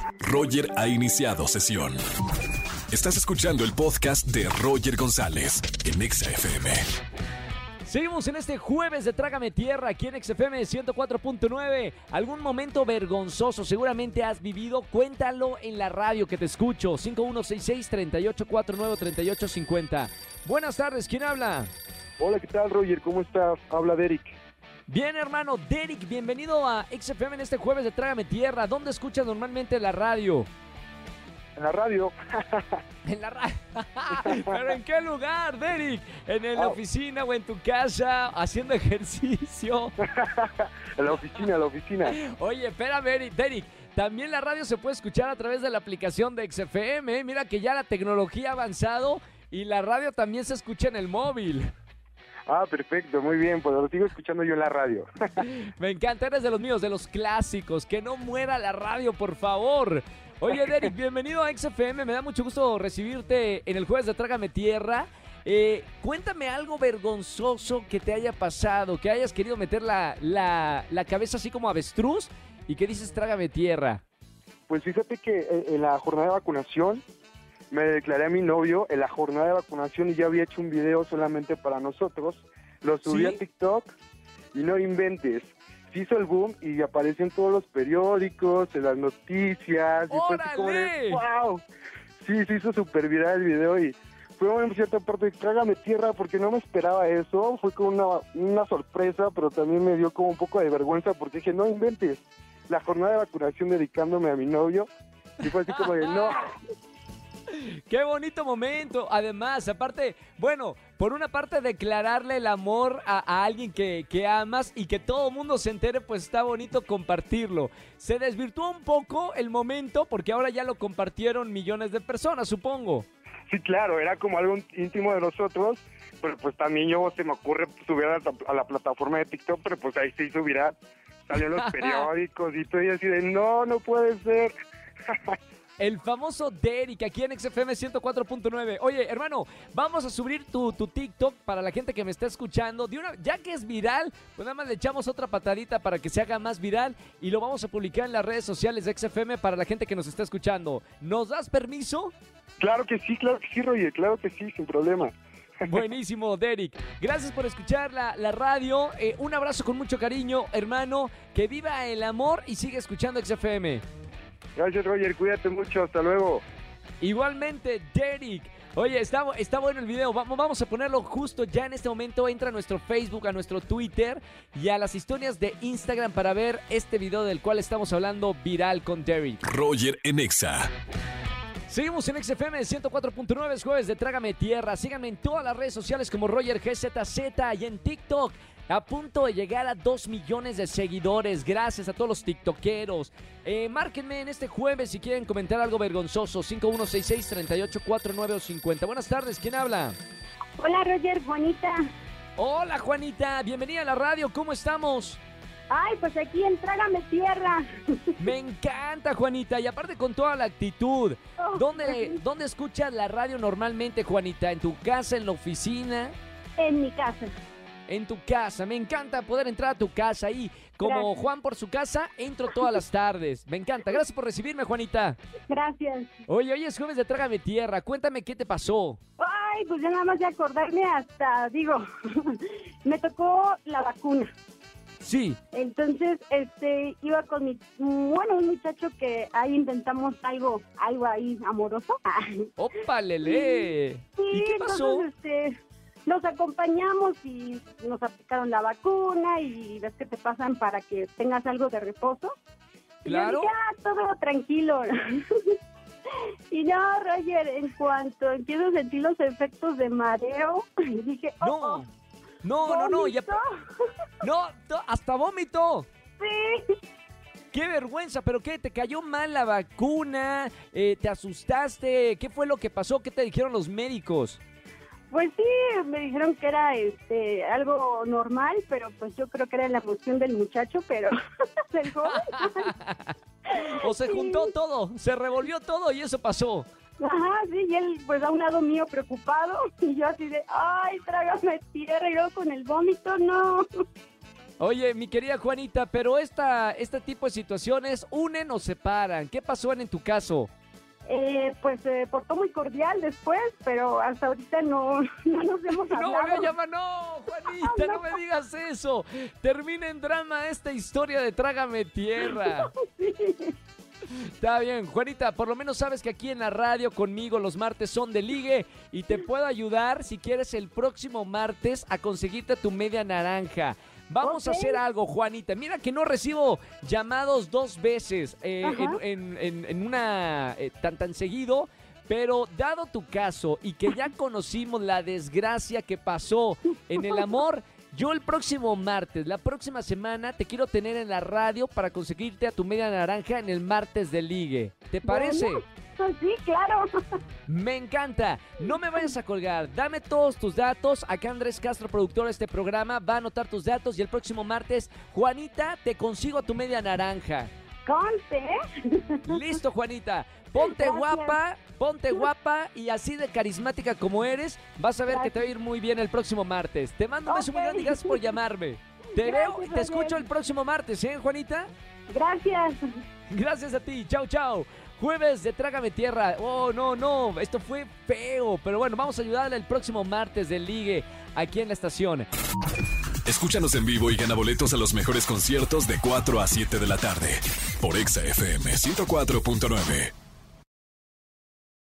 Roger ha iniciado sesión. Estás escuchando el podcast de Roger González en Exa FM. Seguimos en este jueves de Trágame Tierra aquí en XFM 104.9. ¿Algún momento vergonzoso seguramente has vivido? Cuéntalo en la radio que te escucho. 5166-3849-3850. Buenas tardes, ¿quién habla? Hola, ¿qué tal, Roger? ¿Cómo estás? Habla Derek. Bien, hermano. Derek, bienvenido a XFM en este jueves de Trágame Tierra. ¿Dónde escuchas normalmente la radio? En la radio. En la radio. ¿Pero en qué lugar, Derek? ¿En la oficina o en tu casa haciendo ejercicio? En la oficina. Oye, espérame, Derek. También la radio se puede escuchar a través de la aplicación de XFM. Mira que ya la tecnología ha avanzado y la radio también se escucha en el móvil. Ah, perfecto, muy bien, pues lo sigo escuchando yo en la radio. Me encanta, eres de los míos, de los clásicos. Que no muera la radio, por favor. Oye, Derek, bienvenido a XFM. Me da mucho gusto recibirte en el jueves de Trágame Tierra. Cuéntame algo vergonzoso que te haya pasado, que hayas querido meter la cabeza así como avestruz y que dices Trágame Tierra. Pues fíjate que en la jornada de vacunación me declaré a mi novio en la jornada de vacunación y ya había hecho un video solamente para nosotros. Lo subí a TikTok y no inventes. Se hizo el boom y apareció en todos los periódicos, en las noticias. Y fue así como de, ¡wow! Sí, se hizo súper viral el video y fue en cierta parte de Trágame Tierra porque no me esperaba eso. Fue como una sorpresa, pero también me dio como un poco de vergüenza porque dije, no inventes. La jornada de vacunación dedicándome a mi novio y fue así como de, no... ¡Qué bonito momento! Además, aparte, bueno, por una parte declararle el amor a alguien que amas y que todo el mundo se entere, pues está bonito compartirlo. Se desvirtuó un poco el momento porque ahora ya lo compartieron millones de personas, supongo. Sí, claro, era como algo íntimo de nosotros, pero pues también se me ocurre subir a la plataforma de TikTok, pero pues ahí se hizo viral. Salió en los periódicos y estoy así de, no puede ser. El famoso Derek aquí en XFM 104.9. Oye, hermano, vamos a subir tu TikTok para la gente que me está escuchando. Ya que es viral, pues nada más le echamos otra patadita para que se haga más viral y lo vamos a publicar en las redes sociales de XFM para la gente que nos está escuchando. ¿Nos das permiso? Claro que sí, Roger, claro que sí, sin problema. Buenísimo, Derek. Gracias por escuchar la radio. Un abrazo con mucho cariño, hermano. Que viva el amor y sigue escuchando XFM. Gracias, Roger, cuídate mucho, hasta luego. Igualmente, Derek. Oye, está bueno el video. Vamos a ponerlo justo ya en este momento. Entra a nuestro Facebook, a nuestro Twitter y a las historias de Instagram para ver este video del cual estamos hablando viral con Derek. Roger en Exa. Seguimos en XFM 104.9, es jueves de Trágame Tierra. Síganme en todas las redes sociales como Roger GZZ y en TikTok. A punto de llegar a 2 millones de seguidores. Gracias a todos los tiktokeros. Márquenme en este jueves si quieren comentar algo vergonzoso. 5166-3849 o 50. Buenas tardes, ¿quién habla? Hola, Roger, Juanita. Hola, Juanita. Bienvenida a la radio. ¿Cómo estamos? Ay, pues aquí en Trágame Tierra. Me encanta, Juanita. Y aparte con toda la actitud. ¿Dónde escuchas la radio normalmente, Juanita? ¿En tu casa, en la oficina? En mi casa. En tu casa, me encanta poder entrar a tu casa y como Gracias. Juan por su casa, entro todas las tardes. Me encanta, gracias por recibirme, Juanita. Gracias. Oye, hoy es jueves de Trágame Tierra, cuéntame qué te pasó. Ay, pues ya nada más de acordarme me tocó la vacuna. Sí. Entonces, iba con un muchacho que ahí inventamos algo ahí amoroso. ¡Opa, lele! Sí, ¿Y qué pasó? Entonces, nos acompañamos y nos aplicaron la vacuna y ves que te pasan para que tengas algo de reposo. Claro. Y yo dije, todo tranquilo. Y no, Roger, en cuanto empiezo a sentir los efectos de mareo, dije, No, ¿vómito? hasta vómito. Sí. ¡Qué vergüenza! ¿Pero qué? ¿Te cayó mal la vacuna? ¿Te asustaste? ¿Qué fue lo que pasó? ¿Qué te dijeron los médicos? Pues sí, me dijeron que era algo normal, pero pues yo creo que era la emoción del muchacho, pero del joven. O se juntó todo, se revolvió todo y eso pasó. Ajá, sí, y él pues a un lado mío preocupado y yo así de, ay, trágame tierra y luego con el vómito, no. Oye, mi querida Juanita, pero este tipo de situaciones unen o separan. ¿Qué pasó en tu caso? Pues se portó muy cordial después, pero hasta ahorita no nos hemos hablado. No, me llama, no, Juanita, no me digas eso. Termina en drama esta historia de Trágame Tierra. Sí. Está bien, Juanita, por lo menos sabes que aquí en la radio conmigo los martes son de ligue y te puedo ayudar si quieres el próximo martes a conseguirte tu media naranja. Vamos a hacer algo, Juanita. Mira que no recibo llamados 2 veces en una tan seguido, pero dado tu caso y que ya conocimos la desgracia que pasó en el amor, yo el próximo martes, la próxima semana, te quiero tener en la radio para conseguirte a tu media naranja en el martes de ligue. ¿Te parece? Bueno, pues sí, claro. Me encanta. No me vayas a colgar. Dame todos tus datos. Acá Andrés Castro, productor de este programa, va a anotar tus datos y el próximo martes, Juanita, te consigo tu media naranja. Conste. Listo, Juanita. Ponte guapa y así de carismática como eres, vas a ver que te va a ir muy bien el próximo martes. Te mando un beso muy grande y gracias por llamarme. Te veo y te escucho el próximo martes, ¿eh, Juanita? Gracias. Gracias a ti. Chau, chau. Jueves de Trágame Tierra. Oh, no. Esto fue feo. Pero bueno, vamos a ayudarle el próximo martes del ligue aquí en la estación. Escúchanos en vivo y gana boletos a los mejores conciertos de 4 a 7 de la tarde. Por Exa FM 104.9.